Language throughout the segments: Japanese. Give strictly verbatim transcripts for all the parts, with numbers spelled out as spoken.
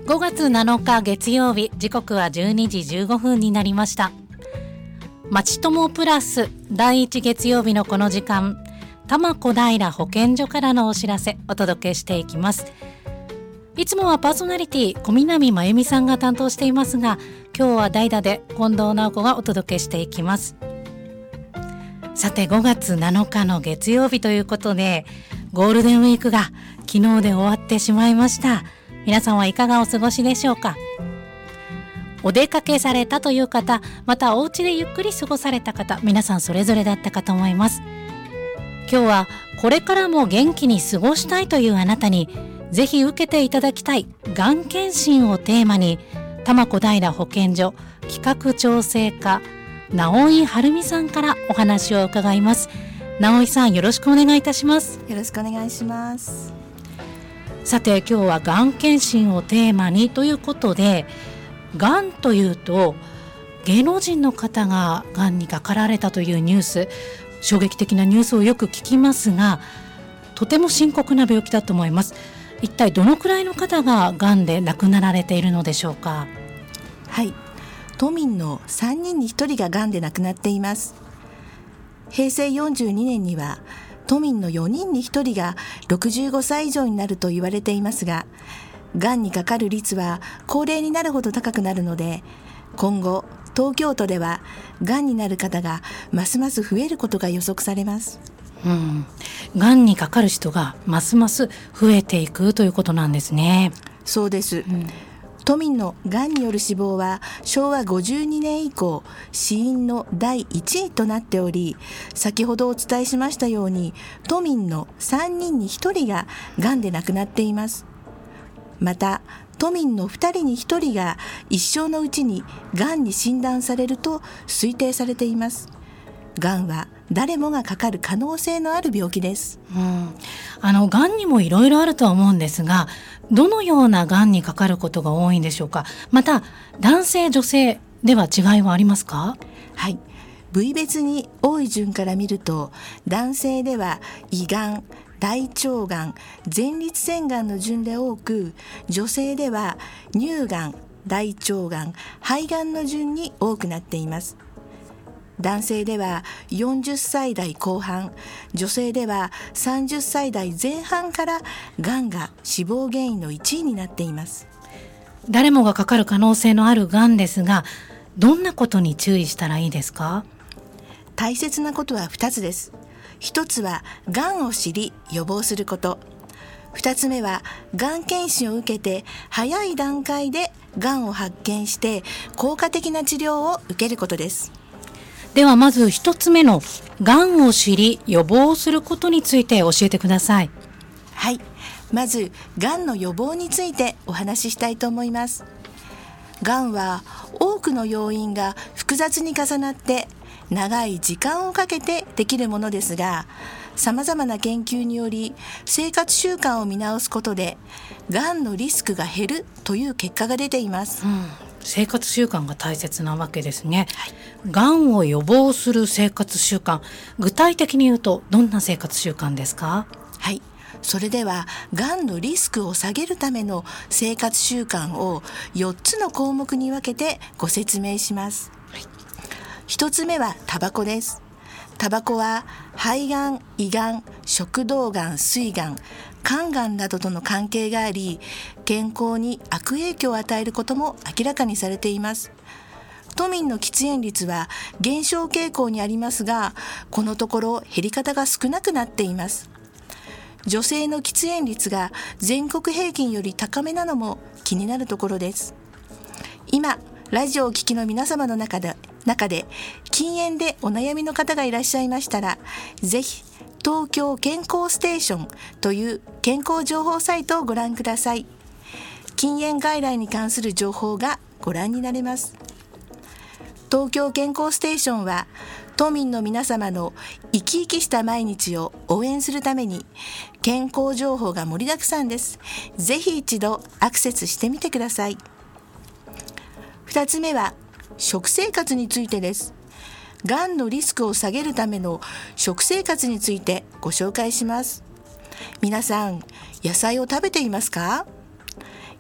ごがつなのか月曜日、時刻はじゅうにじじゅうごふんになりました。まちともプラスだいいち月曜日のこの時間、多摩小平保健所からのお知らせお届けしていきます。いつもはパーソナリティ小南真由美さんが担当していますが、今日は代打で近藤直子がお届けしていきます。さてごがつなのかの月曜日ということで、ゴールデンウィークが昨日で終わってしまいました。皆さんはいかがお過ごしでしょうか。お出かけされたという方、またお家でゆっくり過ごされた方、皆さんそれぞれだったかと思います。今日はこれからも元気に過ごしたいというあなたにぜひ受けていただきたいがん検診をテーマに、多摩小平保健所企画調整課直井晴美さんからお話を伺います。直井さん、よろしくお願いいたします。 よろしくお願いします。 さて今日はがん検診をテーマにということで、がんというと芸能人の方ががんにかかられたというニュース、衝撃的なニュースをよく聞きますが、とても深刻な病気だと思います。一体どのくらいの方ががんで亡くなられているのでしょうか。 はい、都民のさんにんにひとりががんで亡くなっています。へいせいよんじゅうにねんには都民のよにんにひとりがろくじゅうごさい以上になると言われていますが、がんにかかる率は高齢になるほど高くなるので、今後東京都ではがんになる方がますます増えることが予測されます。 うん、がんにかかる人がますます増えていくということなんですね。 そうです、 うん、 都民のがんによる死亡はしょうわごじゅうにねん以降死因のだいいちいとなっており、先ほどお伝えしましたように都民のさんにんにひとりががんで亡くなっています。また都民のふたりにひとりが一生のうちにがんに診断されると推定されています。がんは誰もがかかる可能性のある病気です。 うん、あのがんにもいろいろあるとは思うんですが、どのようながんにかかることが多いんでしょうか。また男性女性では違いはありますか。 はい、部位別に多い順から見ると、男性では胃がん、大腸がん、前立腺がんの順で多く、女性では乳がん、大腸がん、肺がんの順に多くなっています。男性ではよんじゅっさいだいこう半、女性ではさんじゅっさいだいぜん半からがんが死亡原因のいちいになっています。 誰もがかかる可能性のあるがんですが、どんなことに注意したらいいですか。 大切なことはふたつです。ひとつはがんを知り予防すること、ふたつめはがん検診を受けて早い段階でがんを発見して効果的な治療を受けることです。 ではまずひとつめのがんを知り予防することについて教えてください。 はい、まずがんの予防についてお話ししたいと思います。がんは多くの要因が複雑に重なって長い時間をかけてできるものですが、さまざまな研究により生活習慣を見直すことでがんのリスクが減るという結果が出ています。 うん、生活習慣が大切なわけですね。はい、がんを予防する生活習慣、具体的に言うとどんな生活習慣ですか。 はい、それではがんのリスクを下げるための生活習慣をよっつの項目に分けてご説明します。はい、ひとつめはタバコです。タバコは肺がん、胃がん、食道がん、膵がん、肝がんなどとの関係があり、健康に悪影響を与えることも明らかにされています。都民の喫煙率は減少傾向にありますが、このところ減り方が少なくなっています。女性の喫煙率が全国平均より高めなのも気になるところです。今ラジオをお聞きの皆様の中で中で禁煙でお悩みの方がいらっしゃいましたら、ぜひ東京健康ステーションという健康情報サイトをご覧ください。禁煙外来に関する情報がご覧になれます。東京健康ステーションは都民の皆様の生き生きした毎日を応援するために健康情報が盛りだくさんです。ぜひ一度アクセスしてみてください。ふたつめは食生活についてです。がんのリスクを下げるための食生活についてご紹介します。皆さん、野菜を食べていますか？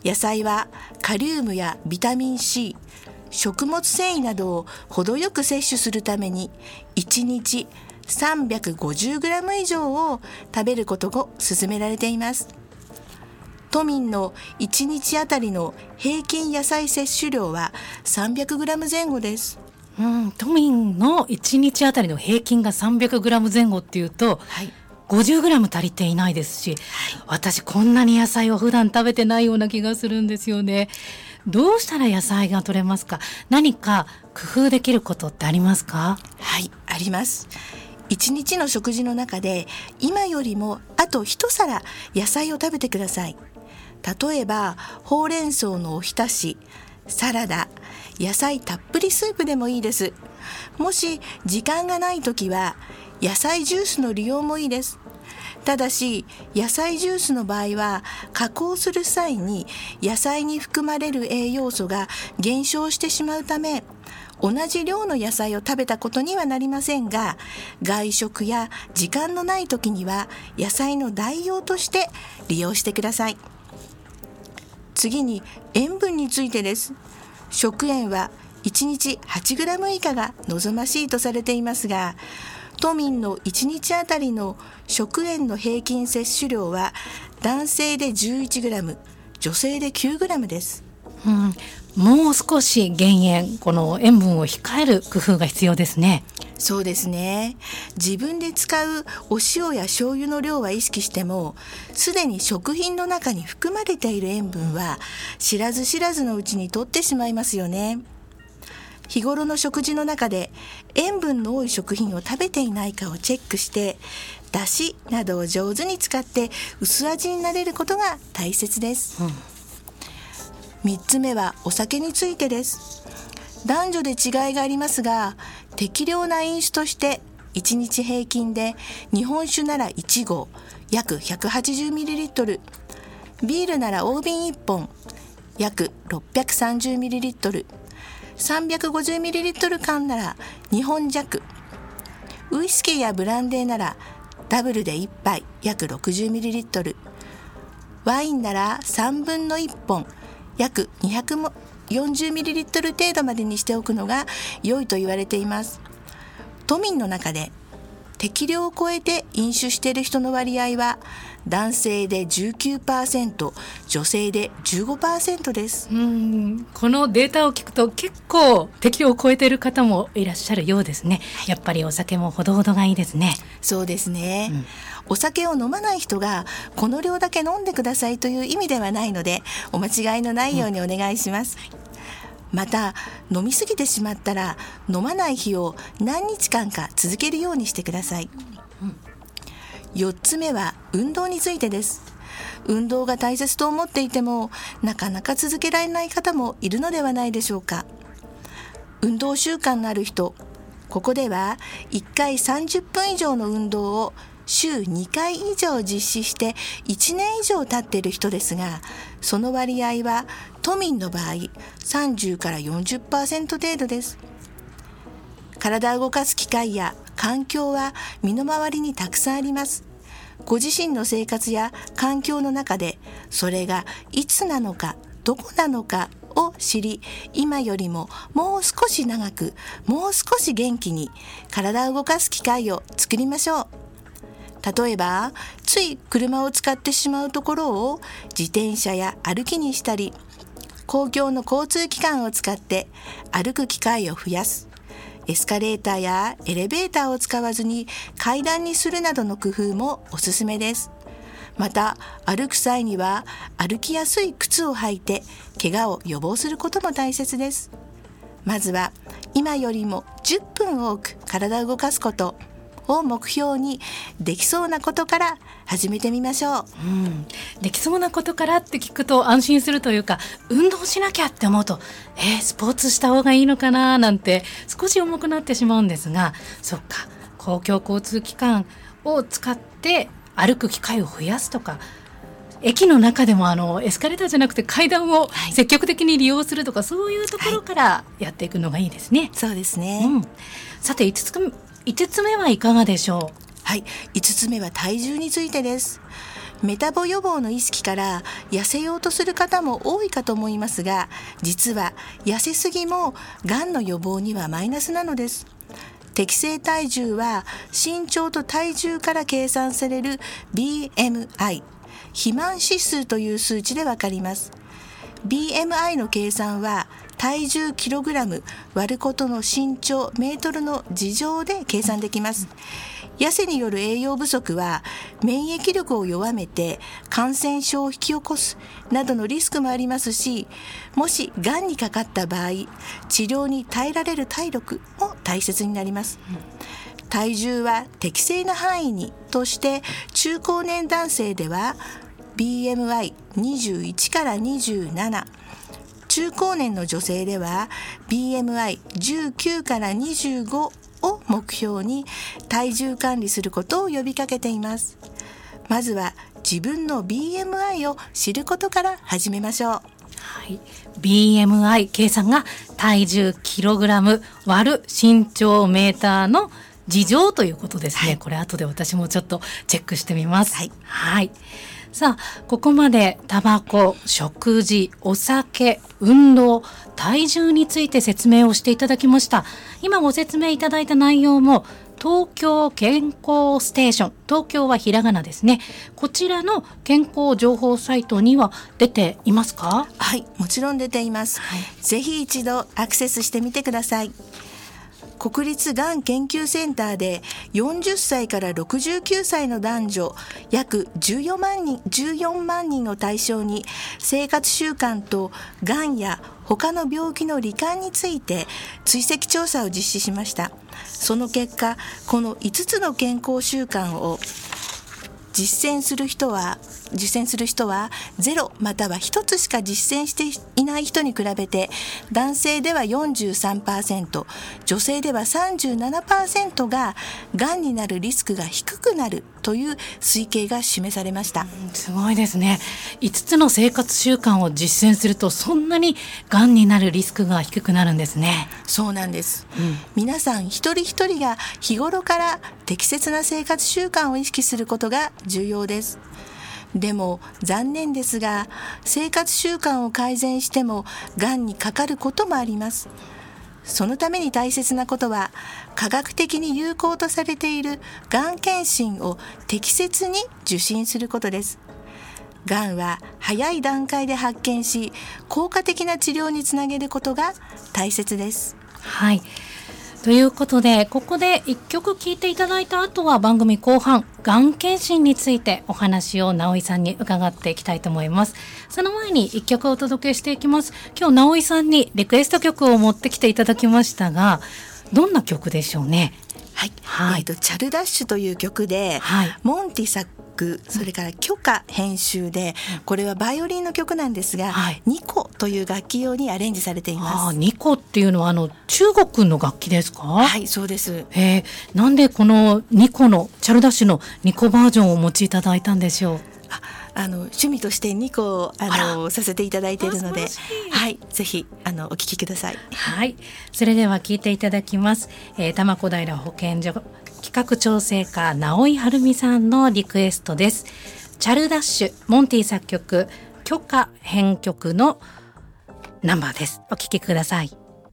野菜はカリウムやビタミン C、食物繊維などを程よく摂取するためにいちにち さんびゃくごじゅうグラム 以上を食べることが勧められています。都民のいちにちあたりの平均野菜摂取量は さんびゃくグラム 前後です。 うん、都民のいちにちあたりの平均が さんびゃくグラム 前後っていうと、はい、ごじゅうグラム 足りていないですし、はい、私こんなに野菜を普段食べてないような気がするんですよね。どうしたら野菜が取れますか？何か工夫できることってありますか？ はい、あります。一日の食事の中で今よりもあと一皿野菜を食べてください。例えばほうれん草のおひたし、サラダ、野菜たっぷりスープでもいいです。もし時間がないときは野菜ジュースの利用もいいです。ただし野菜ジュースの場合は加工する際に野菜に含まれる栄養素が減少してしまうため、同じ量の野菜を食べたことにはなりませんが、外食や時間のない時には野菜の代用として利用してください。次に塩分についてです。食塩はいちにち はちグラム 以下が望ましいとされていますが、都民のいちにちあたりの食塩の平均摂取量は男性で じゅういちグラム、女性で きゅうグラム です。 うん、もう少し減塩、この塩分を控える工夫が必要ですね。 そうですね。自分で使うお塩や醤油の量は意識しても、すでに食品の中に含まれている塩分は知らず知らずのうちに取ってしまいますよね。日頃の食事の中で塩分の多い食品を食べていないかをチェックして、だしなどを上手に使って薄味になれることが大切です。うん、みっつめはお酒についてです。男女で違いがありますが、適量な飲酒としていちにち平均で日本酒ならいちごう約 ひゃくはちじゅうミリリットル、ビールなら大瓶いっぽん約 ろっぴゃくさんじゅうミリリットル、さんびゃくごじゅうミリリットル 缶ならにほん弱、ウイスキーやブランデーならダブルでいっぱい約 ろくじゅうミリリットル、ワインならさんぶんのいっぽん約 にひゃくよんじゅうミリリットル 程度までにしておくのが良いと言われています。都民の中で適量を超えて飲酒している人の割合は男性で じゅうきゅうパーセント、女性で じゅうごパーセント です。 うん、このデータを聞くと結構適量を超えている方もいらっしゃるようですね。やっぱりお酒もほどほどがいいですね。 そうですね、うん、お酒を飲まない人がこの量だけ飲んでくださいという意味ではないので、お間違いのないようにお願いします。うん、また飲みすぎてしまったら飲まない日を何日間か続けるようにしてください。うん、よっつめは運動についてです。運動が大切と思っていてもなかなか続けられない方もいるのではないでしょうか。運動習慣のある人、ここではいっかいさんじゅっぷん以上の運動を週にかい以上実施していちねん以上経っている人ですが、その割合は都民の場合さんじゅうから よんじゅっパーセント 程度です。体を動かす機会や環境は身の回りにたくさんあります。ご自身の生活や環境の中でそれがいつなのかどこなのかを知り、今よりももう少し長くもう少し元気に体を動かす機会を作りましょう。例えばつい車を使ってしまうところを自転車や歩きにしたり、公共の交通機関を使って歩く機会を増やす、エスカレーターやエレベーターを使わずに階段にするなどの工夫もおすすめです。また歩く際には歩きやすい靴を履いて怪我を予防することも大切です。まずは今よりもじゅっぷん多く体を動かすことを目標に、できそうなことから始めてみましょう。 うん、できそうなことからって聞くと安心するというか、運動しなきゃって思うと、えー、スポーツした方がいいのかななんて少し重くなってしまうんですが、そっか、公共交通機関を使って歩く機会を増やすとか、駅の中でもあのエスカレーターじゃなくて階段を積極的に利用するとか、はい、そういうところからやっていくのがいいですね。はい、 そうですね。 うん、さていつついつつめはいかがでしょう。 はい、いつつめは体重についてです。 メタボ予防の意識から痩せようとする方も多いかと思いますが、実は痩せすぎもがんの予防にはマイナスなのです。適正体重は身長と体重から計算される ビーエムアイ、 肥満指数という数値でわかります。 ビーエムアイ の計算は体重キログラム割ることの身長メートルの次乗で計算できます。痩せによる栄養不足は免疫力を弱めて感染症を引き起こすなどのリスクもありますし、もしがんにかかった場合、治療に耐えられる体力も大切になります。体重は適正な範囲にとして、中高年男性では ビーエムアイにじゅういち からにじゅうなな、中高年の女性では ビーエムアイじゅうきゅう からにじゅうごを目標に体重管理することを呼びかけています。まずは自分の ビーエムアイ を知ることから始めましょう。はい、ビーエムアイ 計算が体重キログラム割る身長メーターの次乗ということですね。はい、これ後で私もちょっとチェックしてみます。はい、はい、さあここまでタバコ、食事、お酒、運動、体重について説明をしていただきました。今ご説明いただいた内容も東京健康ステーション、東京はひらがなですね、こちらの健康情報サイトには出ていますか？ はい、もちろん出ています。はい、ぜひ一度アクセスしてみてください。国立がん研究センターでよんじゅっさいからろくじゅうきゅうさいの男女約じゅうよんまんにん、じゅうよんまんにんを対象に生活習慣とがんや他の病気の罹患について追跡調査を実施しました。その結果、このいつつの健康習慣を実践する人は実践する人はゼロまたはひとつしか実践していない人に比べて、男性では よんじゅうさんパーセント、 女性では さんじゅうななパーセント ががんになるリスクが低くなるという推計が示されました。 うん、すごいですね。いつつの生活習慣を実践するとそんなにがんになるリスクが低くなるんですね。 そうなんです。うん、皆さん一人一人が日頃から適切な生活習慣を意識することが重要です。でも残念ですが、生活習慣を改善してもがんにかかることもあります。そのために大切なことは、科学的に有効とされているがん検診を適切に受診することです。がんは早い段階で発見し、効果的な治療につなげることが大切です。 はい、ということで、ここでいっきょく聴いていただいた後は番組後半、がん検診についてお話を直井さんに伺っていきたいと思います。その前にいっきょくお届けしていきます。今日直井さんにリクエスト曲を持ってきていただきましたが、どんな曲でしょうね？ はい、はい、えーと、チャルダッシュという曲で、はい、モンティ作、それから許可編集で、これはバイオリンの曲なんですが、はい、ニコという楽器用にアレンジされています。 あ、ニコっていうのはあの中国の楽器ですか？ はい、そうです。 えー、なんでこのニコのチャルダッシュのニコバージョンをお持ちいただいたんでしょう？ ああの趣味としてニコをあのさせていただいているので、はい、ぜひあのお聞きください。 はい、それでは聞いていただきます。えー、玉子平保健所企画調整課直井晴美さんのリクエストです。チャルダッシュ、モンティ作曲、許可編曲のナンバーです。お聞きください。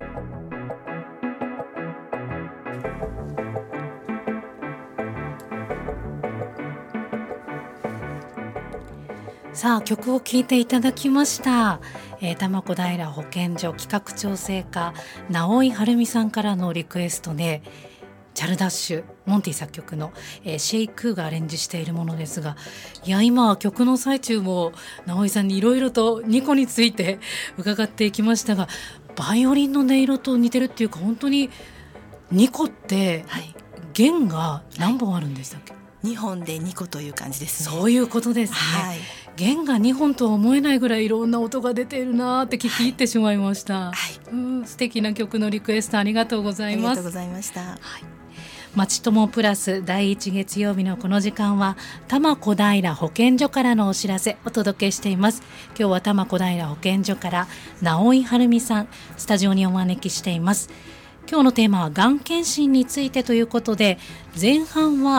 さあ曲を聴いていただきました。えー、玉子平保健所企画調整課直井晴美さんからのリクエストで、チャルダッシュ、モンティ作曲の、えー、シェイクーがアレンジしているものですが、いや今曲の最中も直井さんにいろいろとニコについて伺っていきましたが、バイオリンの音色と似てるっていうか、本当にニコって弦が何本あるんでしたっけ？ にほんでにこという感じですね。 そういうことですね。はい、弦がにほんとは思えないぐらいいろんな音が出ているなって聞き入ってしまいました。はい、うん、素敵な曲のリクエストありがとうございます。 ありがとうございました。はい、 まちともプラスだいいち月曜日のこの時間は玉子平保健所からのお知らせお届けしています。今日は玉子平保健所から直井晴美さんスタジオにお招きしています。今日のテーマはがん検診についてということで、前半は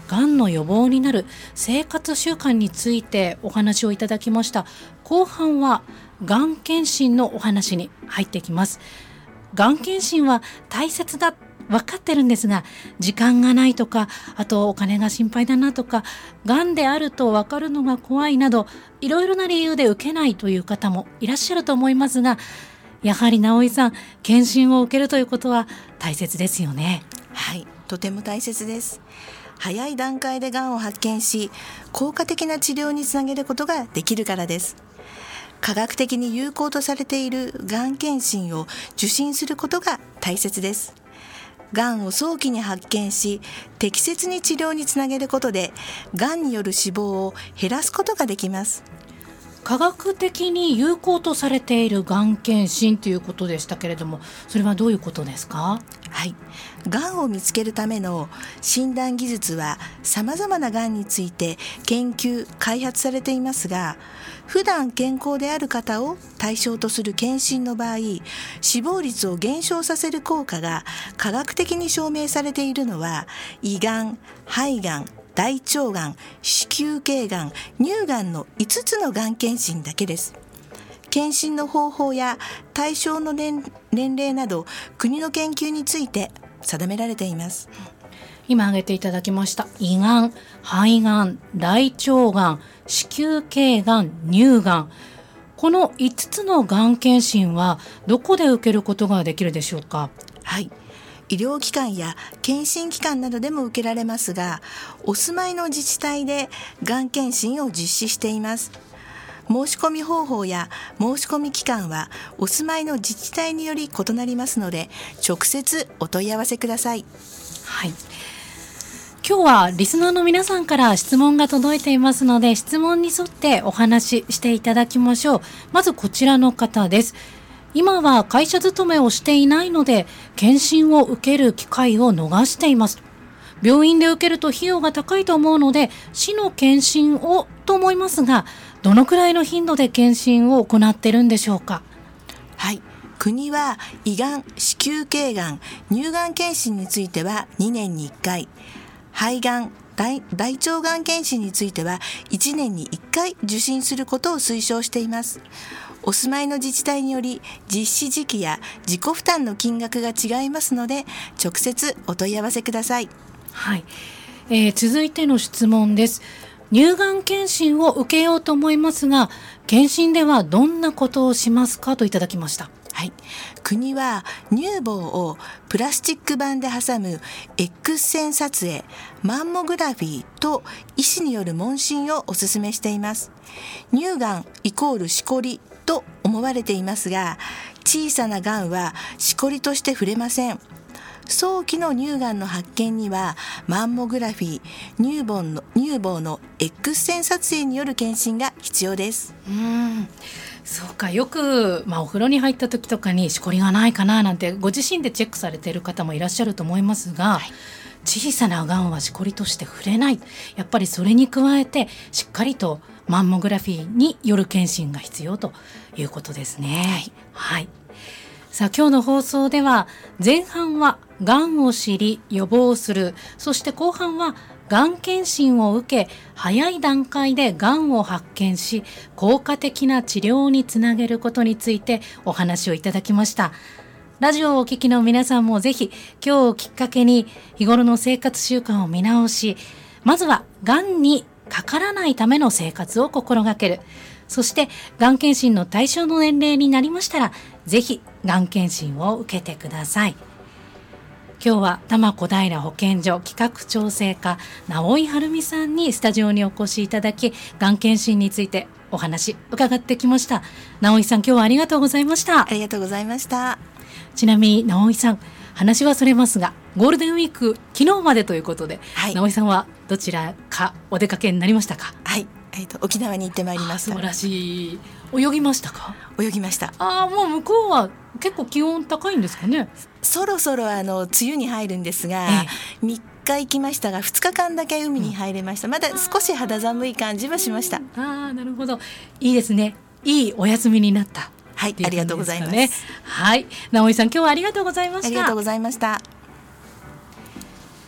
がんの予防になる生活習慣についてお話をいただきました。後半はがん検診のお話に入ってきます。がん検診は大切だ分かってるんですが、時間がないとか、あとお金が心配だなとか、がんであると分かるのが怖いなど、いろいろな理由で受けないという方もいらっしゃると思いますが、やはり直井さん、検診を受けるということは大切ですよね。 はい、とても大切です。早い段階でがんを発見し、効果的な治療につなげることができるからです。科学的に有効とされているがん検診を受診することが大切です。がんを早期に発見し、適切に治療につなげることで、がんによる死亡を減らすことができます。 科学的に有効とされているがん検診ということでしたけれども、それはどういうことですか？ はい、がんを見つけるための診断技術はさまざまながんについて研究・開発されていますが、普段健康である方を対象とする検診の場合、死亡率を減少させる効果が科学的に証明されているのは、胃がん、肺がん、大腸がん、子宮頸がん、乳がんのいつつのがん検診だけです。検診の方法や対象の 年, 年齢など国の研究について定められています。 今挙げていただきました胃がん、肺がん、大腸がん、子宮頸がん、乳がん、このいつつのがん検診はどこで受けることができるでしょうか？ はい、医療機関や検診機関などでも受けられますが、お住まいの自治体でがん検診を実施しています。申し込み方法や申し込み期間はお住まいの自治体により異なりますので、直接お問い合わせください。 はい、今日はリスナーの皆さんから質問が届いていますので、質問に沿ってお話ししていただきましょう。まずこちらの方です。今は会社勤めをしていないので、検診を受ける機会を逃しています。病院で受けると費用が高いと思うので、市の検診をと思いますが、どのくらいの頻度で検診を行っているんでしょうか？ はい、国は胃がん、子宮頸がん、乳がん検診についてはにねんにいっかい、肺がん、大, 大腸がん検診についてはいちねんにいっかい受診することを推奨しています。お住まいの自治体により実施時期や自己負担の金額が違いますので、直接お問い合わせください。 はい、えー、続いての質問です。乳がん検診を受けようと思いますが、検診ではどんなことをしますかといただきました。 はい、国は乳房をプラスチック板で挟む X 線撮影、マンモグラフィーと医師による問診をお勧めしています。乳がんイコールしこりと思われていますが、小さながんはしこりとして触れません。早期の乳がんの発見にはマンモグラフィー、乳房の、乳房の X 線撮影による検診が必要です。 うーん、そうか。よく、まあ、お風呂に入った時とかにしこりがないかななんてご自身でチェックされている方もいらっしゃると思いますが、はい、小さながんはしこりとして触れない。やっぱりそれに加えてしっかりとマンモグラフィーによる検診が必要ということですね。はい、はい。さあ、今日の放送では前半はがんを知り予防する、そして後半はがん検診を受け早い段階でがんを発見し効果的な治療につなげることについてお話をいただきました。ラジオをお聞きの皆さんもぜひ今日をきっかけに日頃の生活習慣を見直し、まずはがんにかからないための生活を心がける。そしてがん検診の対象の年齢になりましたら、ぜひがん検診を受けてください。今日は多摩小平保健所企画調整課直井晴美さんにスタジオにお越しいただき、がん検診についてお話伺ってきました。直井さん、今日はありがとうございました。 ありがとうございました。 ちなみに直井さん、話はそれますが、ゴールデンウィーク昨日までということで、はい、直井さんはどちらかお出かけになりましたか？ はい、えーと、沖縄に行ってまいりました。 素晴らしい。泳ぎましたか？ 泳ぎました。 ああ、もう向こうは結構気温高いんですかね？ そろそろあの梅雨に入るんですが、ええ、みっか行きましたがふつかかんだけ海に入れました、うん、まだ少し肌寒い感じはしました。 ああ、なるほど。いいですね。いいお休みになった。 はい、ありがとうございます。 はい、直井さん、今日はありがとうございました。 ありがとうございました。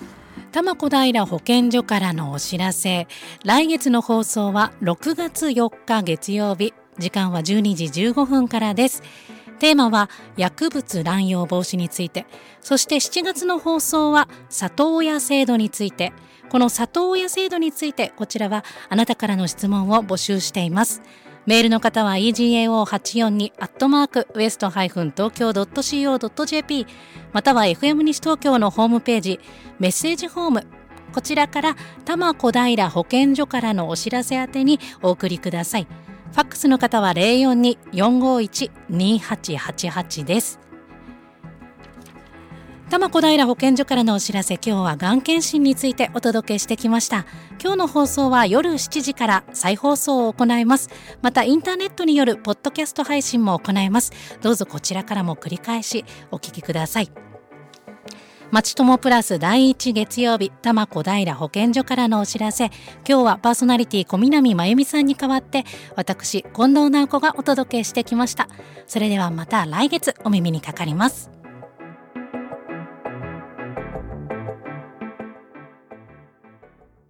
多摩小平保健所からのお知らせ。来月の放送はろくがつよっか月曜日、時間はじゅうにじじゅうごふんからです。テーマは薬物乱用防止について、そしてしちがつの放送は里親制度について。この里親制度について、こちらはあなたからの質問を募集しています。メールの方は イージーエーオーはちよんに アットマークウエストハイフン東京ドットシーオードットジェーピー または エフエム 西東京のホームページメッセージフォーム、こちらから多摩小平保健所からのお知らせ宛てにお送りください。ファックスの方は ゼロよんに よんごいち にはちはちはち です。多摩小平保健所からのお知らせ、今日はがん検診についてお届けしてきました。今日の放送は夜しちじから再放送を行います。またインターネットによるポッドキャスト配信も行います。どうぞこちらからも繰り返しお聞きください。まちともプラスだいいち月曜日、多摩小平保健所からのお知らせ。今日はパーソナリティ小南真由美さんに代わって私近藤直子がお届けしてきました。それではまた来月お耳にかかります。